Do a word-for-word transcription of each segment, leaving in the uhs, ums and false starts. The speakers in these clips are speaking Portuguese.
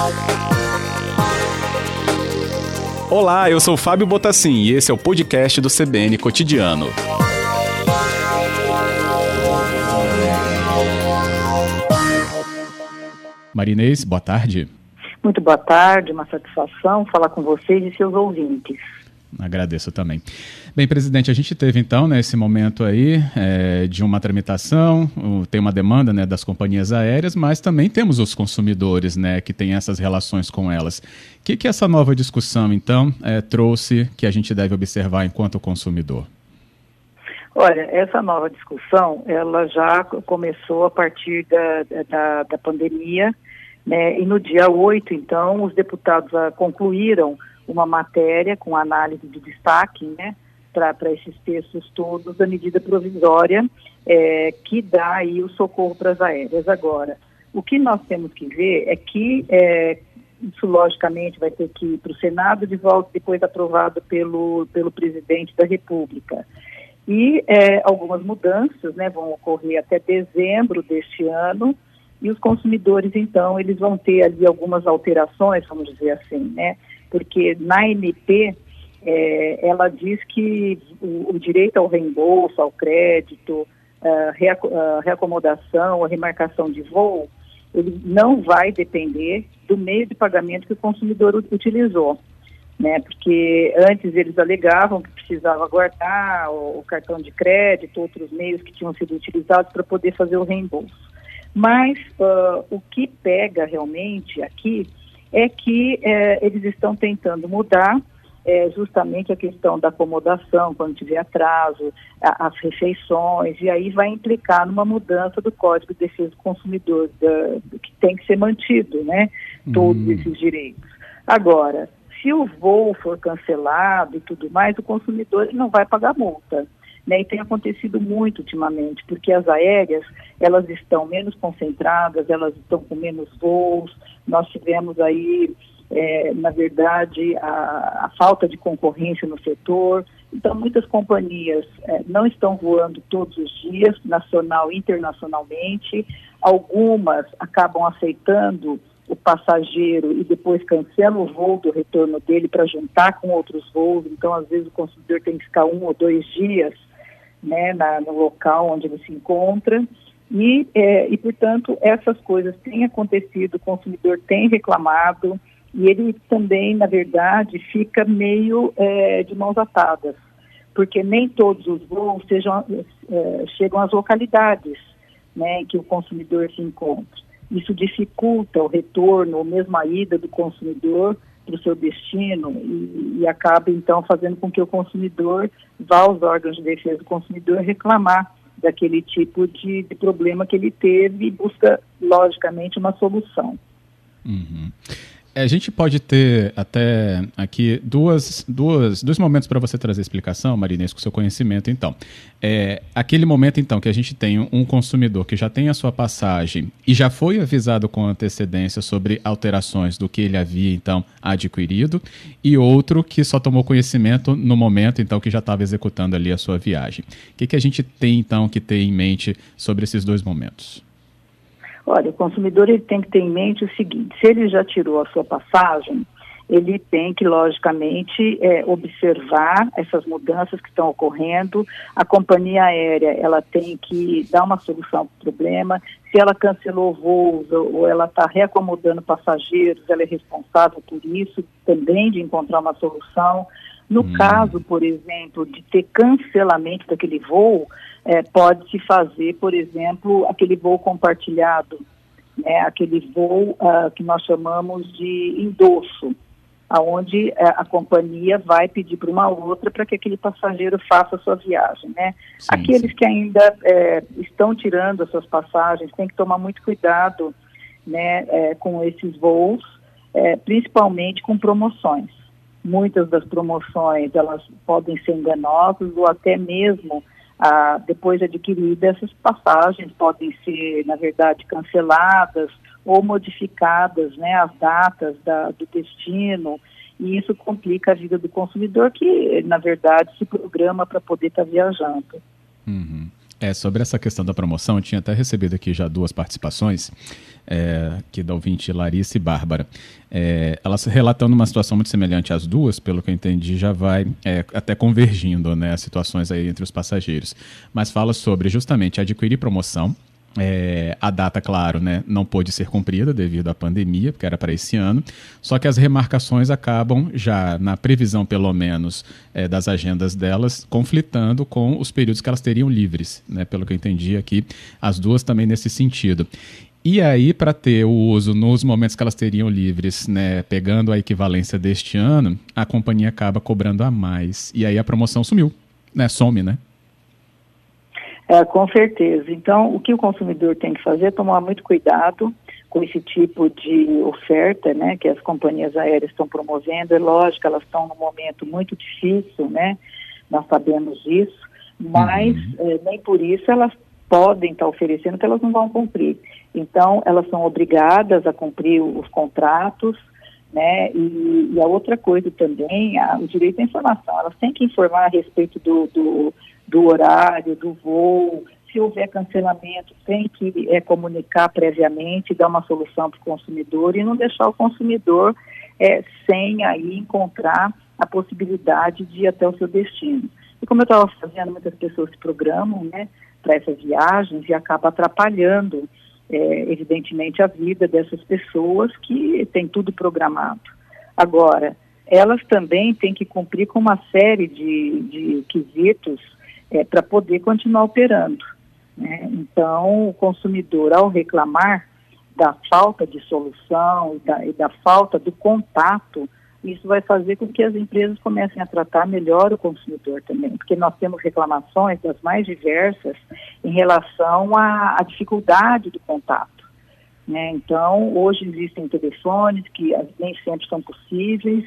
Olá, eu sou Fábio Botassin e esse é o podcast do C B N Cotidiano. Marinês, boa tarde. Muito boa tarde, uma satisfação falar com vocês e seus ouvintes. Agradeço também. Bem, presidente, a gente teve então, né, esse momento aí é, de uma tramitação, tem uma demanda, né, das companhias aéreas, mas também temos os consumidores, né, que têm essas relações com elas. O que, que essa nova discussão, então, é, trouxe que a gente deve observar enquanto consumidor? Olha, essa nova discussão, ela já começou a partir da, da, da pandemia, né, e no dia oito, então, os deputados ah, concluíram uma matéria com análise de destaque, né, para esses textos todos da medida provisória é, que dá aí o socorro para as aéreas. Agora, o que nós temos que ver é que é, isso logicamente vai ter que ir para o Senado de volta, depois aprovado pelo, pelo presidente da República. E é, algumas mudanças, né, vão ocorrer até dezembro deste ano, e os consumidores, então, eles vão ter ali algumas alterações, vamos dizer assim, né, porque na M P, é, ela diz que o, o direito ao reembolso, ao crédito, a, reac a reacomodação, a remarcação de voo, ele não vai depender do meio de pagamento que o consumidor utilizou, né? Porque antes eles alegavam que precisava guardar o, o cartão de crédito, outros meios que tinham sido utilizados para poder fazer o reembolso. Mas uh, o que pega realmente aqui é que é, eles estão tentando mudar é, justamente a questão da acomodação, quando tiver atraso, a, as refeições, e aí vai implicar numa mudança do Código de Defesa do Consumidor, da, que tem que ser mantido, né, todos hum. esses direitos. Agora, se o voo for cancelado e tudo mais, o consumidor não vai pagar multa. Né, e tem acontecido muito ultimamente, porque as aéreas, elas estão menos concentradas, elas estão com menos voos, nós tivemos aí, é, na verdade, a, a falta de concorrência no setor, então muitas companhias é, não estão voando todos os dias, nacional e internacionalmente, algumas acabam aceitando o passageiro e depois cancela o voo do retorno dele para juntar com outros voos, então às vezes o consumidor tem que ficar um ou dois dias, né, na, no local onde ele se encontra, e, é, e, portanto, essas coisas têm acontecido, o consumidor tem reclamado, e ele também, na verdade, fica meio é, de mãos atadas, porque nem todos os voos sejam, é, chegam às localidades, né, em que o consumidor se encontra. Isso dificulta o retorno, ou mesmo a ida do consumidor para o seu destino e, e acaba, então, fazendo com que o consumidor vá aos órgãos de defesa do consumidor reclamar daquele tipo de, de problema que ele teve e busca, logicamente, uma solução. Uhum. A gente pode ter até aqui duas, duas, dois momentos para você trazer explicação, Marinês, com o seu conhecimento, então. É, aquele momento, então, que a gente tem um consumidor que já tem a sua passagem e já foi avisado com antecedência sobre alterações do que ele havia, então, adquirido, e outro que só tomou conhecimento no momento, então, que já estava executando ali a sua viagem. O que, que a gente tem, então, que ter em mente sobre esses dois momentos? Olha, o consumidor ele tem que ter em mente o seguinte: se ele já tirou a sua passagem, ele tem que, logicamente, é, observar essas mudanças que estão ocorrendo. A companhia aérea, ela tem que dar uma solução para o problema. Se ela cancelou voos ou, ou ela está reacomodando passageiros, ela é responsável por isso, também de encontrar uma solução. No hum. caso, por exemplo, de ter cancelamento daquele voo, é, pode-se fazer, por exemplo, aquele voo compartilhado, né, aquele voo uh, que nós chamamos de endosso, onde uh, a companhia vai pedir para uma outra para que aquele passageiro faça a sua viagem. Né? Sim, Aqueles sim. que ainda é, estão tirando as suas passagens têm que tomar muito cuidado, né, é, com esses voos, é, principalmente com promoções. Muitas das promoções, elas podem ser enganosas ou até mesmo, ah, depois adquiridas, essas passagens podem ser, na verdade, canceladas ou modificadas, né, as datas da, do destino, e isso complica a vida do consumidor que, na verdade, se programa para poder estar tá viajando. Uhum. É, sobre essa questão da promoção, eu tinha até recebido aqui já duas participações, é, aqui da ouvinte Larissa e Bárbara. É, elas relatando uma situação muito semelhante às duas, pelo que eu entendi, já vai é, até convergindo, né, as situações aí entre os passageiros. Mas fala sobre justamente adquirir promoção. É, a data, claro, né, não pôde ser cumprida devido à pandemia, porque era para esse ano, só que as remarcações acabam já, na previsão pelo menos é, das agendas delas, conflitando com os períodos que elas teriam livres, né, pelo que eu entendi aqui, as duas também nesse sentido. E aí, para ter o uso nos momentos que elas teriam livres, né, pegando a equivalência deste ano, a companhia acaba cobrando a mais, e aí a promoção sumiu, né, some, né? É, com certeza. Então, o que o consumidor tem que fazer é tomar muito cuidado com esse tipo de oferta, né, que as companhias aéreas estão promovendo. É lógico, elas estão num momento muito difícil, né, nós sabemos disso, mas uhum. é, nem por isso elas podem estar oferecendo que elas não vão cumprir. Então, elas são obrigadas a cumprir os contratos, né, e, e a outra coisa também, a, o direito à informação, elas têm que informar a respeito do, do do horário, do voo. Se houver cancelamento, tem que é, comunicar previamente, dar uma solução para o consumidor e não deixar o consumidor é, sem aí encontrar a possibilidade de ir até o seu destino. E como eu estava fazendo, muitas pessoas se programam, né, para essas viagens e acaba atrapalhando, é, evidentemente, a vida dessas pessoas que têm tudo programado. Agora, elas também têm que cumprir com uma série de, de quesitos É, para poder continuar operando, né? Então, o consumidor, ao reclamar da falta de solução e da, e da falta do contato, isso vai fazer com que as empresas comecem a tratar melhor o consumidor também, porque nós temos reclamações das mais diversas em relação à, à dificuldade do contato, né? Então, hoje existem telefones que nem sempre são possíveis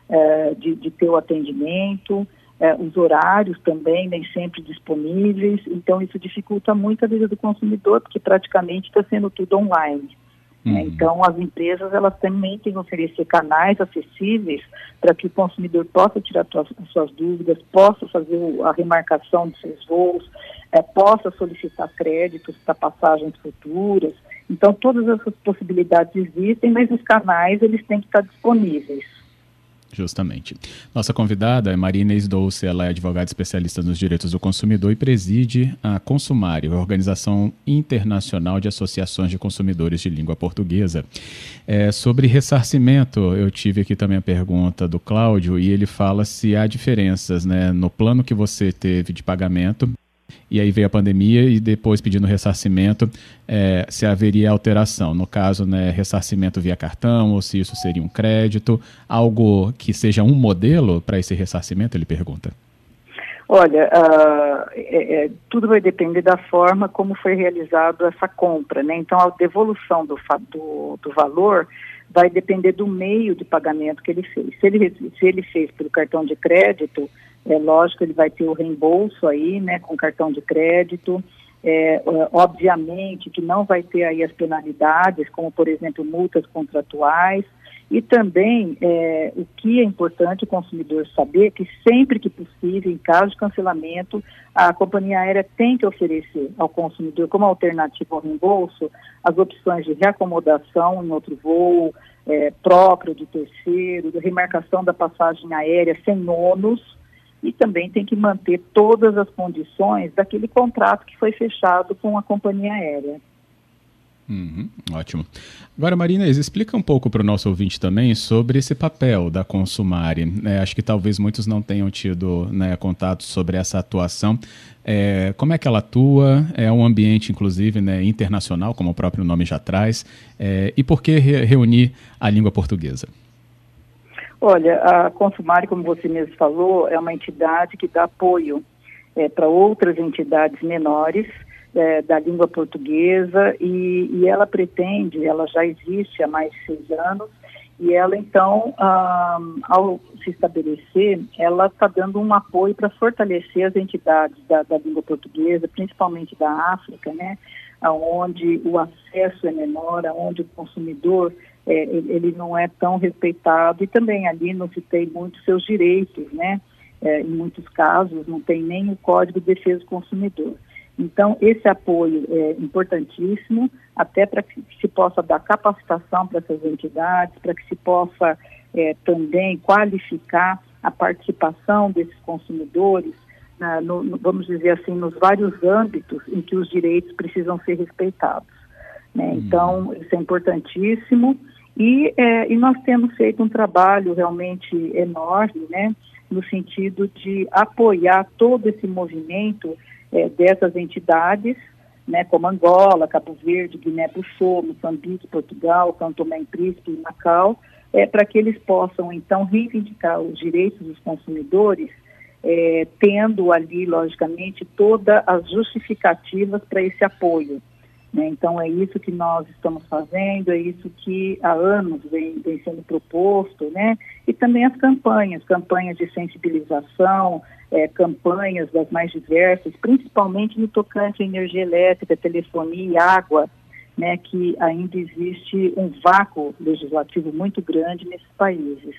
é, de, de ter o atendimento. É, os horários também nem sempre disponíveis, então isso dificulta muito a vida do consumidor, porque praticamente está sendo tudo online. Uhum. Né? Então as empresas, elas também têm que oferecer canais acessíveis para que o consumidor possa tirar tuas, as suas dúvidas, possa fazer a remarcação de seus voos, é, possa solicitar créditos para passagens futuras. Então todas essas possibilidades existem, mas os canais, eles têm que estar disponíveis. Justamente. Nossa convidada é Maria Inês Douce, ela é advogada especialista nos direitos do consumidor e preside a Consumário, a Organização Internacional de Associações de Consumidores de Língua Portuguesa. É, sobre ressarcimento, eu tive aqui também a pergunta do Cláudio e ele fala se há diferenças, né, no plano que você teve de pagamento, e aí veio a pandemia e depois pedindo ressarcimento, é, se haveria alteração. No caso, né, ressarcimento via cartão ou se isso seria um crédito, algo que seja um modelo para esse ressarcimento, ele pergunta. Olha, uh, é, é, tudo vai depender da forma como foi realizada essa compra, né? Então, a devolução do, do, do valor vai depender do meio de pagamento que ele fez. Se ele, se ele fez pelo cartão de crédito, é lógico, ele vai ter o reembolso aí, né, com cartão de crédito. É, obviamente que não vai ter aí as penalidades, como, por exemplo, multas contratuais. E também, é, o que é importante o consumidor saber, que sempre que possível, em caso de cancelamento, a companhia aérea tem que oferecer ao consumidor, como alternativa ao reembolso, as opções de reacomodação em outro voo, é, próprio de terceiro, de remarcação da passagem aérea sem ônus, e também tem que manter todas as condições daquele contrato que foi fechado com a companhia aérea. Uhum, ótimo. Agora, Maria Inês, explica um pouco para o nosso ouvinte também sobre esse papel da Consumare. É, acho que talvez muitos não tenham tido, né, contato sobre essa atuação. É, como é que ela atua? É um ambiente, inclusive, né, internacional, como o próprio nome já traz. É, e por que re- reunir a língua portuguesa? Olha, a Consumare, como você mesmo falou, é uma entidade que dá apoio é, para outras entidades menores é, da língua portuguesa e, e ela pretende, ela já existe há mais de seis anos, e ela então, ah, ao se estabelecer, ela está dando um apoio para fortalecer as entidades da, da língua portuguesa, principalmente da África, né, onde o acesso é menor, onde o consumidor É, ele não é tão respeitado, e também ali não se tem muitos seus direitos, né? É, em muitos casos não tem nem o Código de Defesa do Consumidor. Então, esse apoio é importantíssimo, até para que se possa dar capacitação para essas entidades, para que se possa é, também qualificar a participação desses consumidores, na, no, no, vamos dizer assim, nos vários âmbitos em que os direitos precisam ser respeitados, né? Hum. Então, isso é importantíssimo e, é, e nós temos feito um trabalho realmente enorme, né, no sentido de apoiar todo esse movimento é, dessas entidades, né, como Angola, Cabo Verde, Guiné-Bissau, Moçambique, Portugal, São Tomé e Príncipe e Macau, é, para que eles possam, então, reivindicar os direitos dos consumidores, é, tendo ali, logicamente, todas as justificativas para esse apoio, né? Então, é isso que nós estamos fazendo, é isso que há anos vem, vem sendo proposto, né? E também as campanhas, campanhas de sensibilização, é, campanhas das mais diversas, principalmente no tocante à energia elétrica, telefonia e água, né, que ainda existe um vácuo legislativo muito grande nesses países.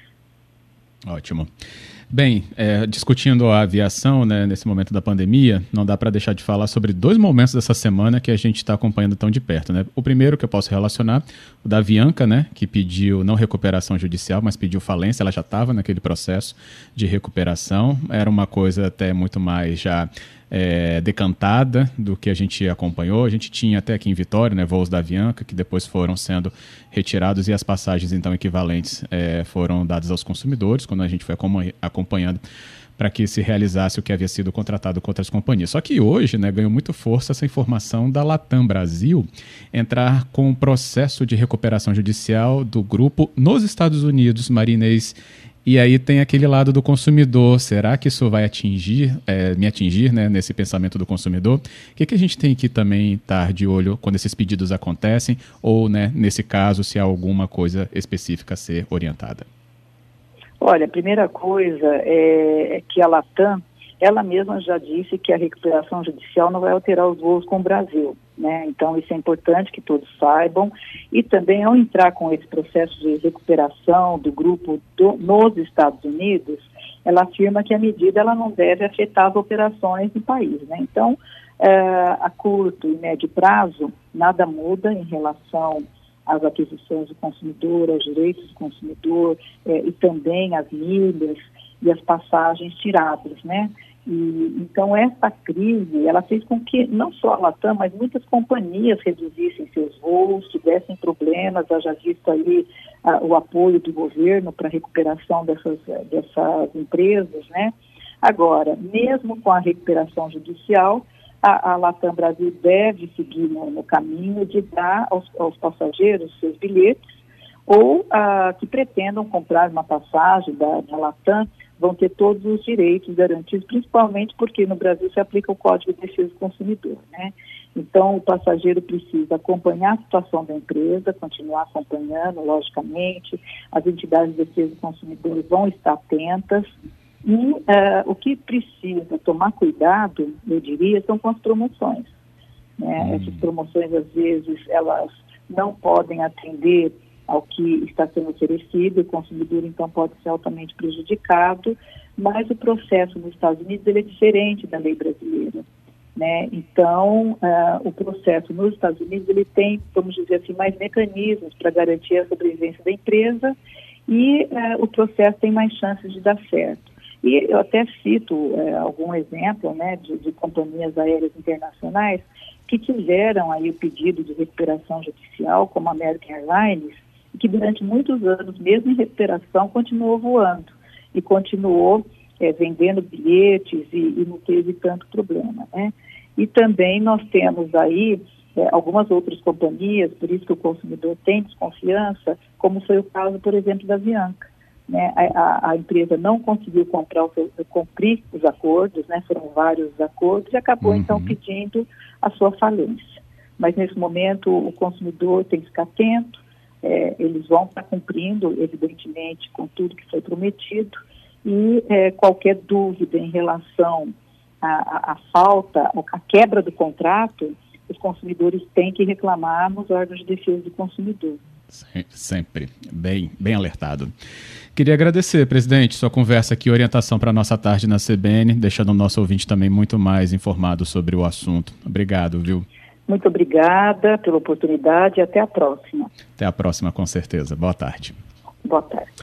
Ótimo. Bem, é, discutindo a aviação, né, nesse momento da pandemia, não dá para deixar de falar sobre dois momentos dessa semana que a gente está acompanhando tão de perto, né? O primeiro que eu posso relacionar, o da Avianca, né, que pediu não recuperação judicial, mas pediu falência. Ela já estava naquele processo de recuperação, era uma coisa até muito mais já é, decantada do que a gente acompanhou. A gente tinha até aqui em Vitória, né, voos da Avianca que depois foram sendo retirados e as passagens então equivalentes é, foram dadas aos consumidores quando a gente foi acompanhando para que se realizasse o que havia sido contratado com outras companhias. Só que hoje, né, ganhou muito força essa informação da Latam Brasil entrar com um processo de recuperação judicial do grupo nos Estados Unidos, Marinês. E aí tem aquele lado do consumidor. Será que isso vai atingir, é, me atingir, né, nesse pensamento do consumidor? O que, que a gente tem que também estar de olho quando esses pedidos acontecem? Ou, né, nesse caso, se há alguma coisa específica a ser orientada? Olha, a primeira coisa é que a Latam, ela mesma já disse que a recuperação judicial não vai alterar os voos com o Brasil, né? Então, isso é importante que todos saibam. E também, ao entrar com esse processo de recuperação do grupo do, nos Estados Unidos, ela afirma que a medida ela não deve afetar as operações do país, né? Então, é, a curto e médio prazo, nada muda em relação às aquisições do consumidor, aos direitos do consumidor, é, e também as milhas e as passagens tiradas, né? E, então, essa crise, ela fez com que não só a Latam, mas muitas companhias reduzissem seus voos, tivessem problemas, haja visto aí ah, o apoio do governo para a recuperação dessas, dessas empresas, né? Agora, mesmo com a recuperação judicial, a, a Latam Brasil deve seguir no, no caminho de dar aos, aos passageiros seus bilhetes ou ah, que pretendam comprar uma passagem da, da Latam, vão ter todos os direitos garantidos, principalmente porque no Brasil se aplica o Código de Defesa do Consumidor, né? Então, o passageiro precisa acompanhar a situação da empresa, continuar acompanhando, logicamente, as entidades de defesa do consumidor vão estar atentas e uh, o que precisa tomar cuidado, eu diria, são com as promoções, né? Hum. Essas promoções, às vezes, elas não podem atender ao que está sendo oferecido, o consumidor então pode ser altamente prejudicado, mas o processo nos Estados Unidos ele é diferente da lei brasileira, né? Então, uh, o processo nos Estados Unidos ele tem, vamos dizer assim, mais mecanismos para garantir a sobrevivência da empresa e uh, o processo tem mais chances de dar certo. E eu até cito uh, algum exemplo, né, de, de companhias aéreas internacionais que tiveram aí o pedido de recuperação judicial, como a American Airlines, que durante muitos anos, mesmo em recuperação, continuou voando e continuou é, vendendo bilhetes e, e não teve tanto problema, né? E também nós temos aí é, algumas outras companhias, por isso que o consumidor tem desconfiança, como foi o caso, por exemplo, da Avianca, né? A, a, a empresa não conseguiu comprar o seu, cumprir os acordos, né? Foram vários acordos e acabou, uhum. então, pedindo a sua falência. Mas, nesse momento, o consumidor tem que ficar atento. É, eles vão estar cumprindo, evidentemente, com tudo que foi prometido e é, qualquer dúvida em relação à, à falta, à quebra do contrato, os consumidores têm que reclamar nos órgãos de defesa do consumidor. Sempre. Bem, bem alertado. Queria agradecer, presidente, sua conversa aqui, orientação para a nossa tarde na C B N, deixando o nosso ouvinte também muito mais informado sobre o assunto. Obrigado, viu? Muito obrigada pela oportunidade e até a próxima. Até a próxima, com certeza. Boa tarde. Boa tarde.